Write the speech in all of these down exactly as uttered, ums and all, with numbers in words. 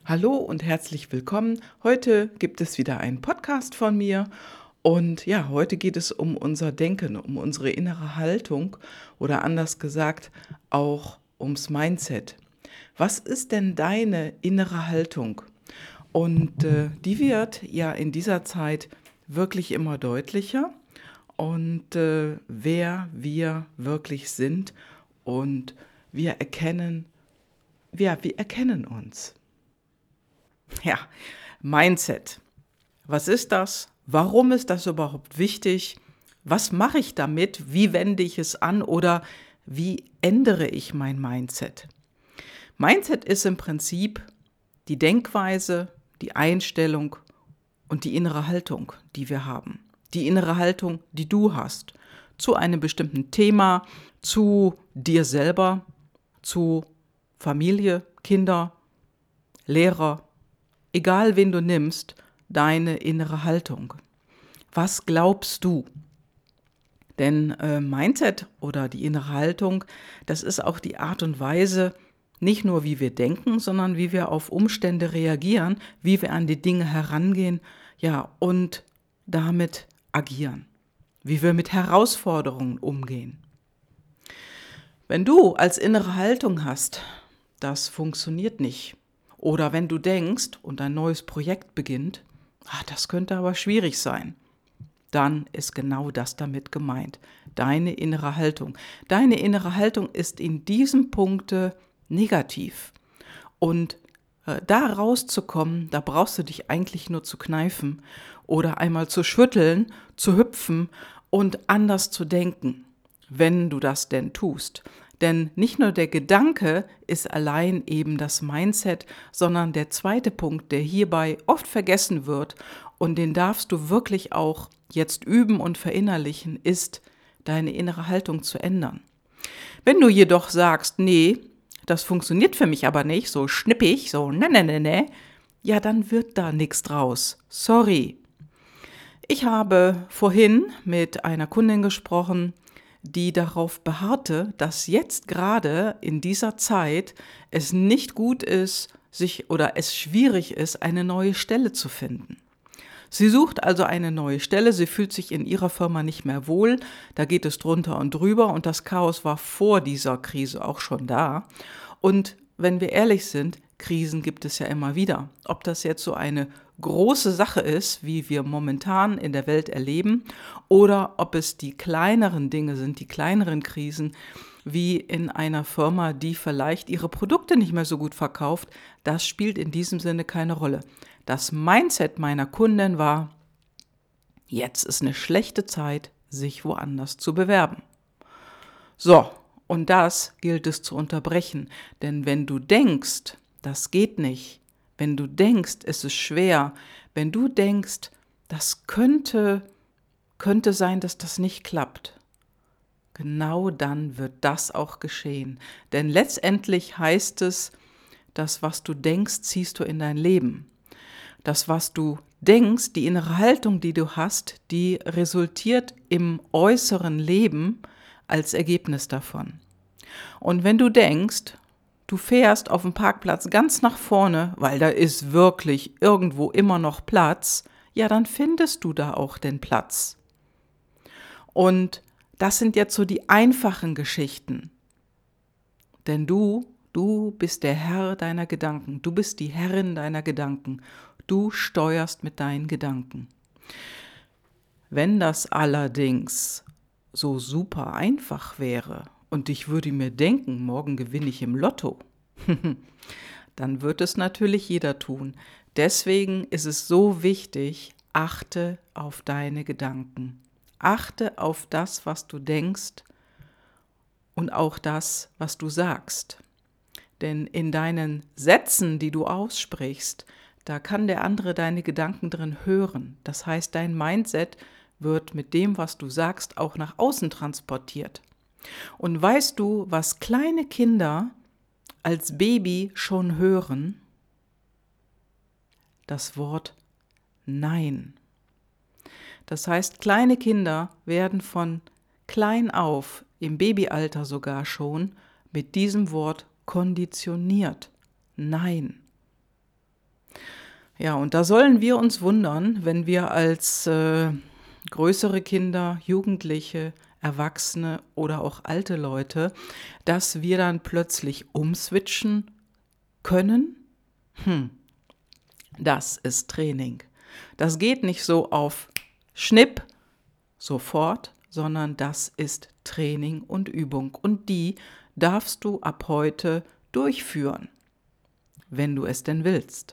Hallo und herzlich willkommen. Heute gibt es wieder einen Podcast von mir und ja, heute geht es um unser Denken, um unsere innere Haltung oder anders gesagt auch ums Mindset. Was ist denn deine innere Haltung? Und äh, die wird ja in dieser Zeit wirklich immer deutlicher und äh, wer wir wirklich sind und wir erkennen, ja, wir erkennen uns. Ja, Mindset. Was ist das? Warum ist das überhaupt wichtig? Was mache ich damit? Wie wende ich es an oder wie ändere ich mein Mindset? Mindset ist im Prinzip die Denkweise, die Einstellung und die innere Haltung, die wir haben. Die innere Haltung, die du hast zu einem bestimmten Thema, zu dir selber, zu Familie, Kinder, Lehrer, egal wen du nimmst, deine innere Haltung. Was glaubst du? Denn äh, Mindset oder die innere Haltung, das ist auch die Art und Weise, nicht nur wie wir denken, sondern wie wir auf Umstände reagieren, wie wir an die Dinge herangehen, ja, und damit agieren, wie wir mit Herausforderungen umgehen. Wenn du als innere Haltung hast, das funktioniert nicht. Oder wenn du denkst und ein neues Projekt beginnt, ah, das könnte aber schwierig sein, dann ist genau das damit gemeint. Deine innere Haltung. Deine innere Haltung ist in diesem Punkte negativ. Und äh, da rauszukommen, da brauchst du dich eigentlich nur zu kneifen oder einmal zu schütteln, zu hüpfen und anders zu denken, wenn du das denn tust. Denn nicht nur der Gedanke ist allein eben das Mindset, sondern der zweite Punkt, der hierbei oft vergessen wird und den darfst du wirklich auch jetzt üben und verinnerlichen, ist, deine innere Haltung zu ändern. Wenn du jedoch sagst, nee, das funktioniert für mich aber nicht, so schnippig, so ne, ne, ne, ne, ja, dann wird da nichts draus. Sorry. Ich habe vorhin mit einer Kundin gesprochen, die darauf beharrte, dass jetzt gerade in dieser Zeit es nicht gut ist, sich oder es schwierig ist, eine neue Stelle zu finden. Sie sucht also eine neue Stelle, sie fühlt sich in ihrer Firma nicht mehr wohl, da geht es drunter und drüber und das Chaos war vor dieser Krise auch schon da. Und wenn wir ehrlich sind, Krisen gibt es ja immer wieder. Ob das jetzt so eine große Sache ist, wie wir momentan in der Welt erleben, oder ob es die kleineren Dinge sind, die kleineren Krisen, wie in einer Firma, die vielleicht ihre Produkte nicht mehr so gut verkauft, das spielt in diesem Sinne keine Rolle. Das Mindset meiner Kundin war, jetzt ist eine schlechte Zeit, sich woanders zu bewerben. So, und das gilt es zu unterbrechen, denn wenn du denkst, das geht nicht, wenn du denkst, es ist schwer, wenn du denkst, das könnte, könnte sein, dass das nicht klappt, genau dann wird das auch geschehen. Denn letztendlich heißt es, das, was du denkst, ziehst du in dein Leben. Das, was du denkst, die innere Haltung, die du hast, die resultiert im äußeren Leben als Ergebnis davon. Und wenn du denkst, du fährst auf dem Parkplatz ganz nach vorne, weil da ist wirklich irgendwo immer noch Platz, ja, dann findest du da auch den Platz. Und das sind jetzt so die einfachen Geschichten. Denn du, du bist der Herr deiner Gedanken, du bist die Herrin deiner Gedanken, du steuerst mit deinen Gedanken. Wenn das allerdings so super einfach wäre und ich würde mir denken, morgen gewinne ich im Lotto, dann wird es natürlich jeder tun. Deswegen ist es so wichtig, achte auf deine Gedanken. Achte auf das, was du denkst und auch das, was du sagst. Denn in deinen Sätzen, die du aussprichst, da kann der andere deine Gedanken drin hören. Das heißt, dein Mindset wird mit dem, was du sagst, auch nach außen transportiert. Und weißt du, was kleine Kinder als Baby schon hören? Das Wort Nein. Das heißt, kleine Kinder werden von klein auf, im Babyalter sogar schon, mit diesem Wort konditioniert. Nein. Ja, und da sollen wir uns wundern, wenn wir als äh, größere Kinder, Jugendliche, Erwachsene oder auch alte Leute, dass wir dann plötzlich umswitchen können. Hm, das ist Training. Das geht nicht so auf Schnipp sofort, sondern das ist Training und Übung. Und die darfst du ab heute durchführen, wenn du es denn willst.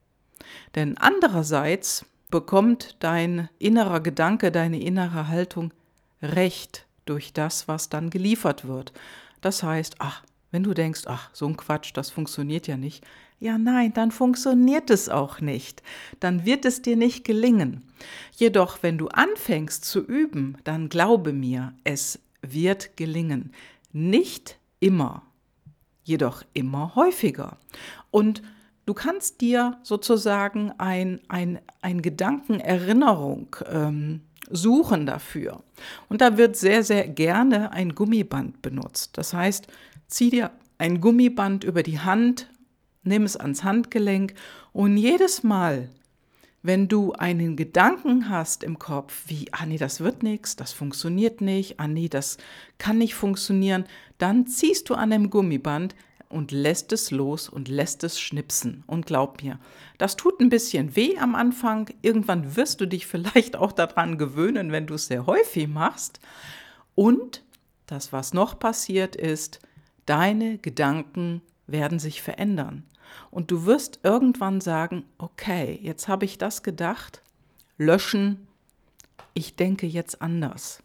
Denn andererseits bekommt dein innerer Gedanke, deine innere Haltung Recht durch das, was dann geliefert wird. Das heißt, ach, wenn du denkst, ach, so ein Quatsch, das funktioniert ja nicht. Ja, nein, dann funktioniert es auch nicht. Dann wird es dir nicht gelingen. Jedoch, wenn du anfängst zu üben, dann glaube mir, es wird gelingen. Nicht immer, jedoch immer häufiger. Und du kannst dir sozusagen ein, ein, ein Gedankenerinnerung ähm, suchen dafür. Und da wird sehr, sehr gerne ein Gummiband benutzt. Das heißt, zieh dir ein Gummiband über die Hand, nimm es ans Handgelenk und jedes Mal, wenn du einen Gedanken hast im Kopf, wie, ah nee, das wird nichts, das funktioniert nicht, ah nee, das kann nicht funktionieren, dann ziehst du an dem Gummiband und lässt es los und lässt es schnipsen. Und glaub mir, das tut ein bisschen weh am Anfang. Irgendwann wirst du dich vielleicht auch daran gewöhnen, wenn du es sehr häufig machst. Und das, was noch passiert ist, deine Gedanken werden sich verändern. Und du wirst irgendwann sagen, okay, jetzt habe ich das gedacht, löschen, ich denke jetzt anders.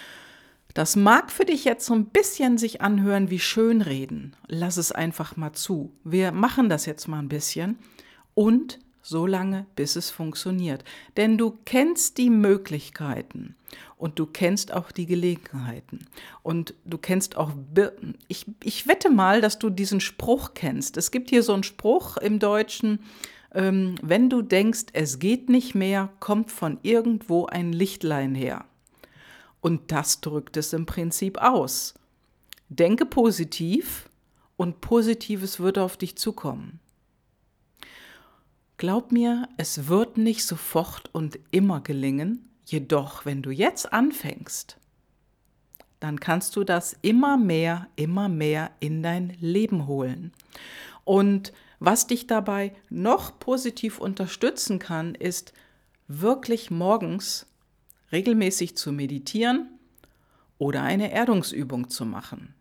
Das mag für dich jetzt so ein bisschen sich anhören wie Schönreden. Lass es einfach mal zu. Wir machen das jetzt mal ein bisschen und so lange, bis es funktioniert. Denn du kennst die Möglichkeiten und du kennst auch die Gelegenheiten. Und du kennst auch, ich, ich wette mal, dass du diesen Spruch kennst. Es gibt hier so einen Spruch im Deutschen, ähm, wenn du denkst, es geht nicht mehr, kommt von irgendwo ein Lichtlein her. Und das drückt es im Prinzip aus. Denke positiv und Positives wird auf dich zukommen. Glaub mir, es wird nicht sofort und immer gelingen, jedoch wenn du jetzt anfängst, dann kannst du das immer mehr, immer mehr in dein Leben holen. Und was dich dabei noch positiv unterstützen kann, ist wirklich morgens regelmäßig zu meditieren oder eine Erdungsübung zu machen.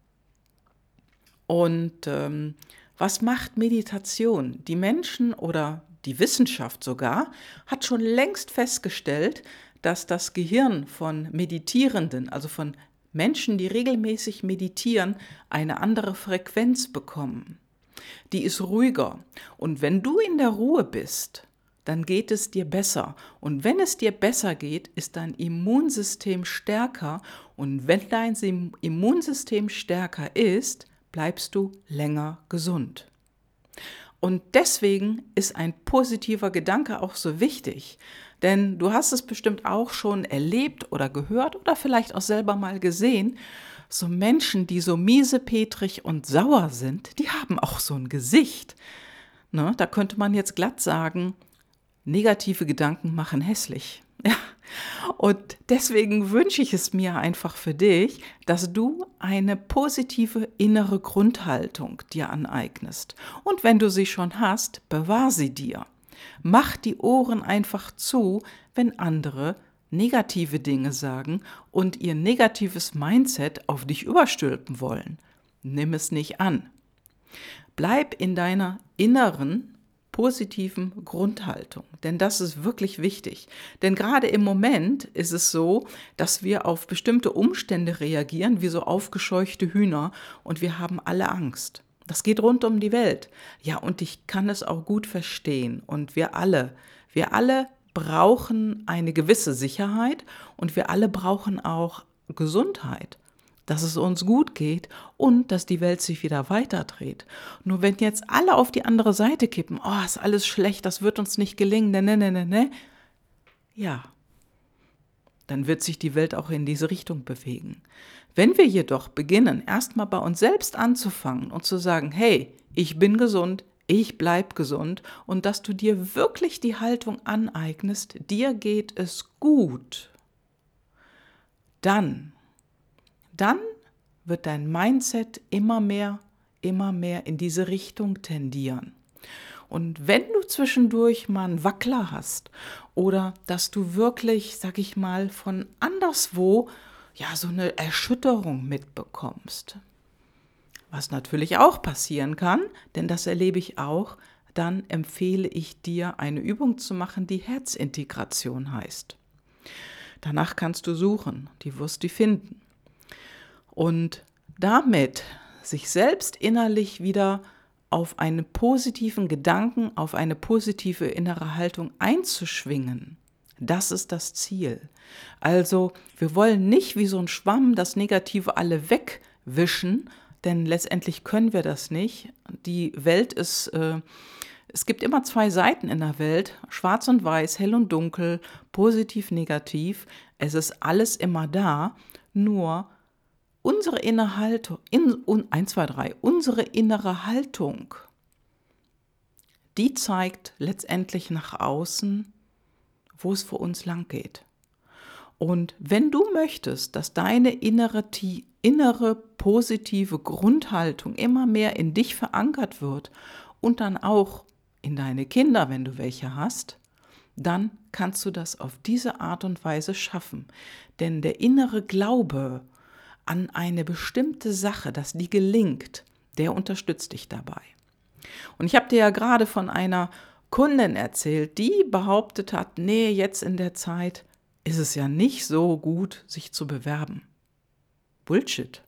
Und ähm, was macht Meditation? Die Menschen oder die Wissenschaft sogar hat schon längst festgestellt, dass das Gehirn von Meditierenden, also von Menschen, die regelmäßig meditieren, eine andere Frequenz bekommen. Die ist ruhiger. Und wenn du in der Ruhe bist, dann geht es dir besser. Und wenn es dir besser geht, ist dein Immunsystem stärker. Und wenn dein Immunsystem stärker ist, bleibst du länger gesund. Und deswegen ist ein positiver Gedanke auch so wichtig. Denn du hast es bestimmt auch schon erlebt oder gehört oder vielleicht auch selber mal gesehen. So Menschen, die so miesepetrig und sauer sind, die haben auch so ein Gesicht. Ne, da könnte man jetzt glatt sagen, negative Gedanken machen hässlich. Ja. Und deswegen wünsche ich es mir einfach für dich, dass du eine positive innere Grundhaltung dir aneignest. Und wenn du sie schon hast, bewahr sie dir. Mach die Ohren einfach zu, wenn andere negative Dinge sagen und ihr negatives Mindset auf dich überstülpen wollen. Nimm es nicht an. Bleib in deiner inneren positiven Grundhaltung, denn das ist wirklich wichtig. Denn gerade im Moment ist es so, dass wir auf bestimmte Umstände reagieren, wie so aufgescheuchte Hühner und wir haben alle Angst. Das geht rund um die Welt. Ja, und ich kann es auch gut verstehen und wir alle, wir alle brauchen eine gewisse Sicherheit und wir alle brauchen auch Gesundheit. Dass es uns gut geht und dass die Welt sich wieder weiterdreht. Nur wenn jetzt alle auf die andere Seite kippen, oh, ist alles schlecht, das wird uns nicht gelingen, ne, ne, ne, ne, ne, ja, dann wird sich die Welt auch in diese Richtung bewegen. Wenn wir jedoch beginnen, erstmal bei uns selbst anzufangen und zu sagen, hey, ich bin gesund, ich bleib gesund und dass du dir wirklich die Haltung aneignest, dir geht es gut, dann, dann wird dein Mindset immer mehr, immer mehr in diese Richtung tendieren. Und wenn du zwischendurch mal einen Wackler hast oder dass du wirklich, sag ich mal, von anderswo ja so eine Erschütterung mitbekommst, was natürlich auch passieren kann, denn das erlebe ich auch, dann empfehle ich dir, eine Übung zu machen, die Herzintegration heißt. Danach kannst du suchen, die wirst du finden. Und damit sich selbst innerlich wieder auf einen positiven Gedanken, auf eine positive innere Haltung einzuschwingen. Das ist das Ziel. Also wir wollen nicht wie so ein Schwamm das Negative alle wegwischen, denn letztendlich können wir das nicht. Die Welt ist, äh, es gibt immer zwei Seiten in der Welt, schwarz und weiß, hell und dunkel, positiv, negativ. Es ist alles immer da, nur unsere innere Haltung, in, eins, zwei, drei, unsere innere Haltung, die zeigt letztendlich nach außen, wo es für uns lang geht. Und wenn du möchtest, dass deine innere, die innere positive Grundhaltung immer mehr in dich verankert wird und dann auch in deine Kinder, wenn du welche hast, dann kannst du das auf diese Art und Weise schaffen. Denn der innere Glaube an eine bestimmte Sache, dass die gelingt, der unterstützt dich dabei. Und ich habe dir ja gerade von einer Kundin erzählt, die behauptet hat, nee, jetzt in der Zeit ist es ja nicht so gut, sich zu bewerben. Bullshit.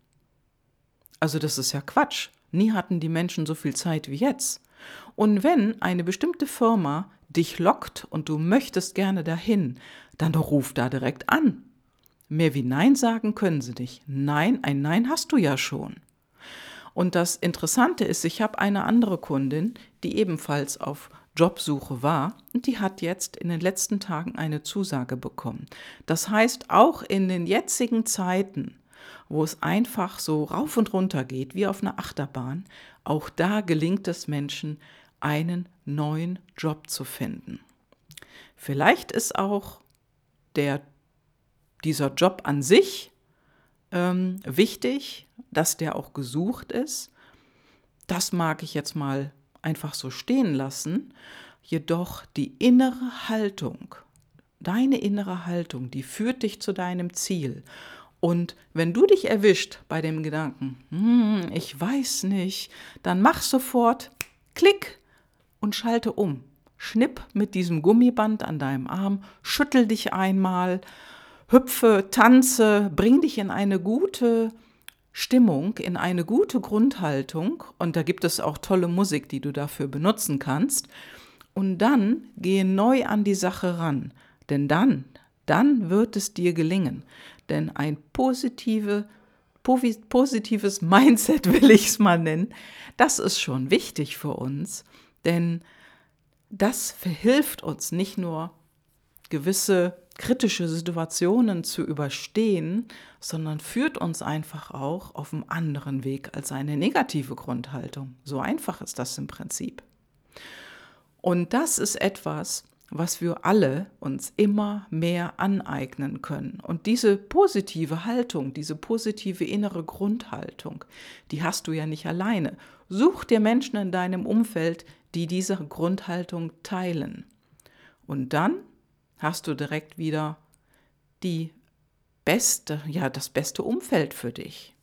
Also das ist ja Quatsch. Nie hatten die Menschen so viel Zeit wie jetzt. Und wenn eine bestimmte Firma dich lockt und du möchtest gerne dahin, dann ruf da direkt an. Mehr wie Nein sagen können sie nicht. Nein, ein Nein hast du ja schon. Und das Interessante ist, ich habe eine andere Kundin, die ebenfalls auf Jobsuche war und die hat jetzt in den letzten Tagen eine Zusage bekommen. Das heißt, auch in den jetzigen Zeiten, wo es einfach so rauf und runter geht, wie auf einer Achterbahn, auch da gelingt es Menschen, einen neuen Job zu finden. Vielleicht ist auch der dieser Job an sich ähm, wichtig, dass der auch gesucht ist. Das mag ich jetzt mal einfach so stehen lassen. Jedoch die innere Haltung, deine innere Haltung, die führt dich zu deinem Ziel. Und wenn du dich erwischt bei dem Gedanken, hm, ich weiß nicht, dann mach sofort Klick und schalte um. Schnipp mit diesem Gummiband an deinem Arm, schüttel dich einmal, hüpfe, tanze, bring dich in eine gute Stimmung, in eine gute Grundhaltung. Und da gibt es auch tolle Musik, die du dafür benutzen kannst. Und dann gehe neu an die Sache ran. Denn dann, dann wird es dir gelingen. Denn ein positive, positives Mindset, will ich es mal nennen, das ist schon wichtig für uns. Denn das verhilft uns nicht nur, gewisse kritische Situationen zu überstehen, sondern führt uns einfach auch auf einen anderen Weg als eine negative Grundhaltung. So einfach ist das im Prinzip. Und das ist etwas, was wir alle uns immer mehr aneignen können. Und diese positive Haltung, diese positive innere Grundhaltung, die hast du ja nicht alleine. Such dir Menschen in deinem Umfeld, die diese Grundhaltung teilen. Und dann hast du direkt wieder die beste, ja, das beste Umfeld für dich.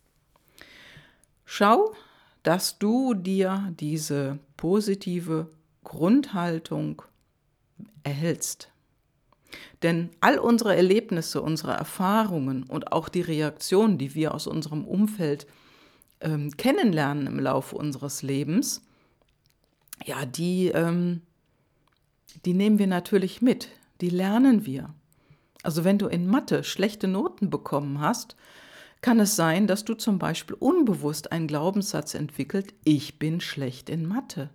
Schau, dass du dir diese positive Grundhaltung erhältst. Denn all unsere Erlebnisse, unsere Erfahrungen und auch die Reaktionen, die wir aus unserem Umfeld ähm, kennenlernen im Laufe unseres Lebens, ja, die, ähm, die nehmen wir natürlich mit. Die lernen wir. Also wenn du in Mathe schlechte Noten bekommen hast, kann es sein, dass du zum Beispiel unbewusst einen Glaubenssatz entwickelt, ich bin schlecht in Mathe.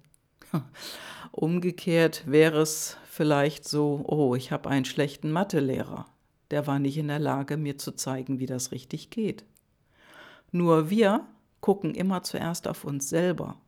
Umgekehrt wäre es vielleicht so, oh, ich habe einen schlechten Mathelehrer. Der war nicht in der Lage, mir zu zeigen, wie das richtig geht. Nur wir gucken immer zuerst auf uns selber.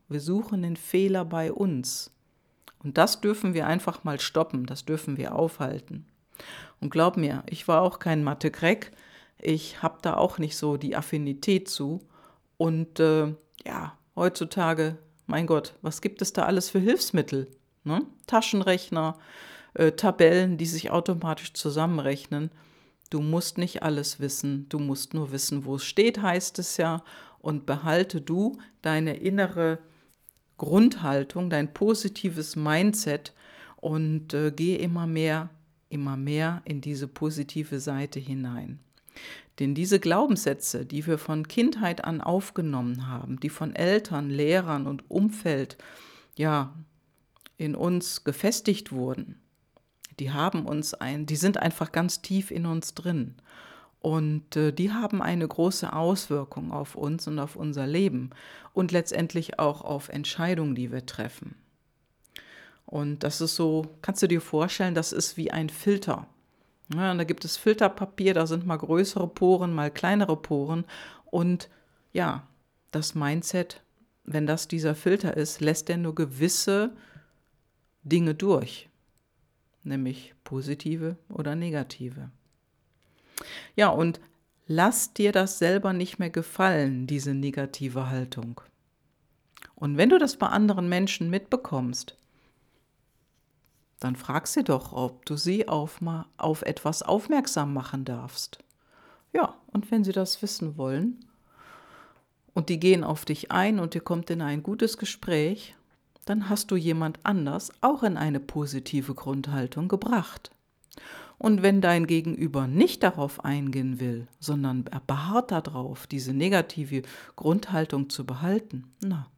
Wir suchen den Fehler bei uns. Und das dürfen wir einfach mal stoppen, das dürfen wir aufhalten. Und glaub mir, ich war auch kein Mathe-Crack, ich habe da auch nicht so die Affinität zu. Und äh, ja, heutzutage, mein Gott, was gibt es da alles für Hilfsmittel? Ne? Taschenrechner, äh, Tabellen, die sich automatisch zusammenrechnen. Du musst nicht alles wissen, du musst nur wissen, wo es steht, heißt es ja. Und behalte du deine innere Grundhaltung, dein positives Mindset und äh, geh immer mehr, immer mehr in diese positive Seite hinein. Denn diese Glaubenssätze, die wir von Kindheit an aufgenommen haben, die von Eltern, Lehrern und Umfeld ja in uns gefestigt wurden, die haben uns ein, die sind einfach ganz tief in uns drin. Und äh, die haben eine große Auswirkung auf uns und auf unser Leben und letztendlich auch auf Entscheidungen, die wir treffen. Und das ist so, kannst du dir vorstellen, das ist wie ein Filter. Ja, und da gibt es Filterpapier, da sind mal größere Poren, mal kleinere Poren. Und ja, das Mindset, wenn das dieser Filter ist, lässt er nur gewisse Dinge durch, nämlich positive oder negative. Ja, und lass dir das selber nicht mehr gefallen, diese negative Haltung. Und wenn du das bei anderen Menschen mitbekommst, dann frag sie doch, ob du sie auf, ma- auf etwas aufmerksam machen darfst. Ja, und wenn sie das wissen wollen und die gehen auf dich ein und ihr kommt in ein gutes Gespräch, dann hast du jemand anders auch in eine positive Grundhaltung gebracht. Und wenn dein Gegenüber nicht darauf eingehen will, sondern er beharrt darauf, diese negative Grundhaltung zu behalten, na,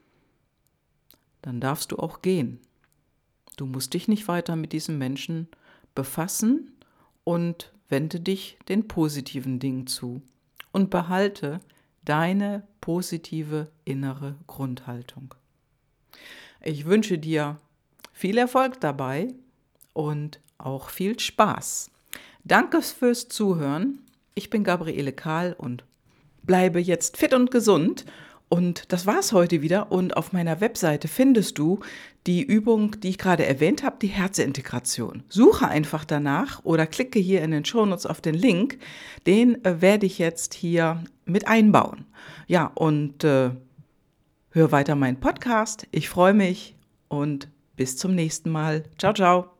dann darfst du auch gehen. Du musst dich nicht weiter mit diesem Menschen befassen und wende dich den positiven Dingen zu und behalte deine positive innere Grundhaltung. Ich wünsche dir viel Erfolg dabei und auch viel Spaß. Danke fürs Zuhören. Ich bin Gabriele Kahl und bleibe jetzt fit und gesund. Und das war's heute wieder. Und auf meiner Webseite findest du die Übung, die ich gerade erwähnt habe, die Herzintegration. Suche einfach danach oder klicke hier in den Shownotes auf den Link. Den äh, werde ich jetzt hier mit einbauen. Ja, und äh, hör weiter meinen Podcast. Ich freue mich und bis zum nächsten Mal. Ciao, ciao.